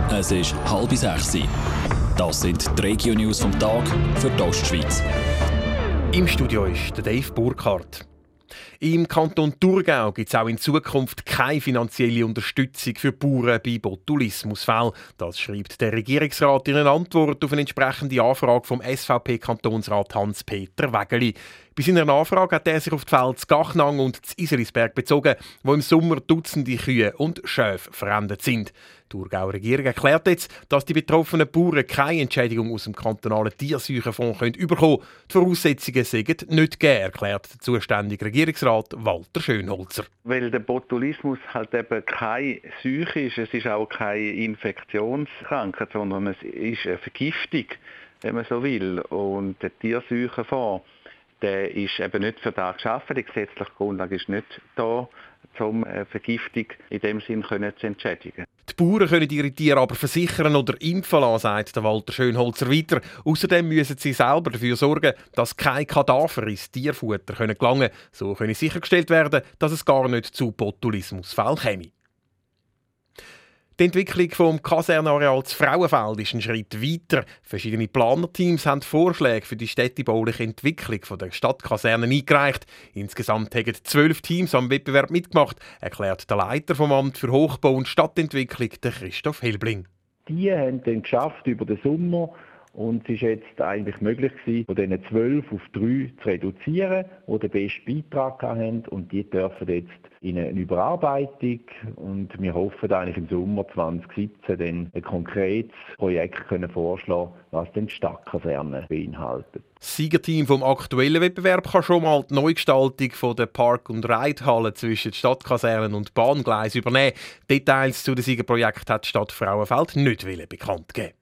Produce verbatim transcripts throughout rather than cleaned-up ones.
Es ist halb sechs. Das sind die Regio-News vom Tag für die Ostschweiz. Im Studio ist der Dave Burkhardt. Im Kanton Thurgau gibt es auch in Zukunft keine finanzielle Unterstützung für Bauern bei Botulismusfällen. Das schreibt der Regierungsrat in einer Antwort auf eine entsprechende Anfrage vom S V P-Kantonsrat Hans-Peter Wägeli. Bei seiner Nachfrage hat er sich auf die Fälle zu Gachnang und zu Iselisberg bezogen, wo im Sommer Dutzende Kühe und Schafe verendet sind. Die Thurgauer Regierung erklärt jetzt, dass die betroffenen Bauern keine Entschädigung aus dem kantonalen Tierseuchenfonds bekommen können. Die Voraussetzungen sind nicht gegeben, erklärt der zuständige Regierungsrat Walter Schönholzer. Weil der Botulismus halt eben keine Seuche ist, es ist auch keine Infektionskrankheit, sondern es ist eine Vergiftung, wenn man so will. Und der Tierseuchenfonds, der ist eben nicht für das geschaffen, die gesetzliche Grundlage ist nicht da, um eine Vergiftung in dem Sinn zu entschädigen. Die Bauern können ihre Tiere aber versichern oder impfen lassen, sagt der Walter Schönholzer weiter. Außerdem müssen sie selber dafür sorgen, dass keine Kadaver ins Tierfutter gelangen können. So könne sichergestellt werden, dass es gar nicht zu Botulismusfällen käme. Die Entwicklung des Kasernenareals Frauenfeld ist ein Schritt weiter. Verschiedene Planerteams haben Vorschläge für die städtebauliche Entwicklung der Stadtkasernen eingereicht. Insgesamt haben zwölf Teams am Wettbewerb mitgemacht, erklärt der Leiter vom Amt für Hochbau und Stadtentwicklung, der Christoph Helbling. Die haben dann geschafft über den Sommer. Und es war jetzt eigentlich möglich gewesen, von diesen zwölf auf drei zu reduzieren, die den besten Beitrag hatten. Und die dürfen jetzt in eine Überarbeitung. Und wir hoffen eigentlich im Sommer zwanzig siebzehn dann ein konkretes Projekt können vorschlagen, was dann die Stadtkaserne beinhaltet. Das Siegerteam vom aktuellen Wettbewerb kann schon mal die Neugestaltung von der Park- und Reithalle zwischen Stadtkasernen und Bahngleis übernehmen. Details zu dem Siegerprojekt hat die Stadt Frauenfeld nicht bekannt gegeben.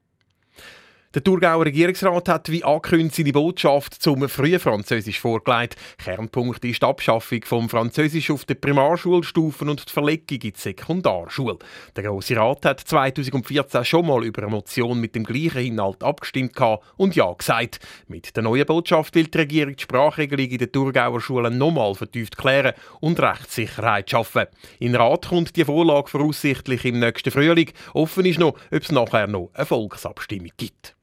Der Thurgauer Regierungsrat hat wie angekündigt seine Botschaft zum Frühfranzösisch vorgelegt. Kernpunkt ist die Abschaffung vom Französisch auf der Primarschulstufen und die Verlegung in die Sekundarschule. Der Grosse Rat hat zweitausendvierzehn schon mal über eine Motion mit dem gleichen Inhalt abgestimmt und Ja gesagt. Mit der neuen Botschaft will die Regierung die Sprachregelung in den Thurgauer Schulen nochmal vertieft klären und Rechtssicherheit schaffen. In den Rat kommt die Vorlage voraussichtlich im nächsten Frühling. Offen ist noch, ob es nachher noch eine Volksabstimmung gibt.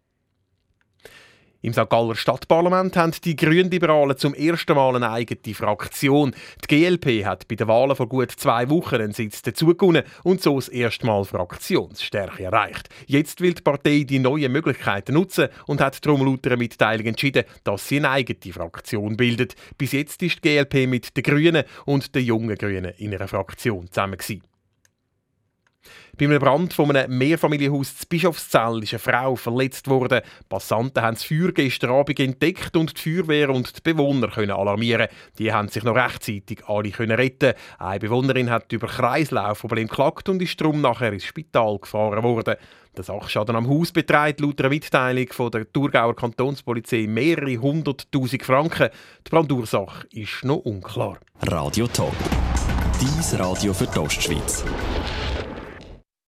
Im Sankt Galler Stadtparlament haben die Grünliberalen zum ersten Mal eine eigene Fraktion. Die G L P hat bei den Wahlen vor gut zwei Wochen einen Sitz dazugewonnen und so das erste Mal Fraktionsstärke erreicht. Jetzt will die Partei die neuen Möglichkeiten nutzen und hat darum laut einer Mitteilung entschieden, dass sie eine eigene Fraktion bildet. Bis jetzt ist die G L P mit den Grünen und den jungen Grünen in einer Fraktion zusammen gewesen. Bei einem Brand von einem Mehrfamilienhaus in Bischofszell ist eine Frau verletzt worden. Passanten haben das Feuer gestern Abend entdeckt und die Feuerwehr und die Bewohner können alarmieren. Die haben sich noch rechtzeitig alle können retten. Eine Bewohnerin hat über Kreislaufprobleme geklagt und ist darum nachher ins Spital gefahren worden. Der Sachschaden am Haus beträgt laut einer Mitteilung von der Thurgauer Kantonspolizei mehrere hunderttausend Franken. Die Brandursache ist noch unklar. Radio Top. Dies Radio für die Ostschweiz.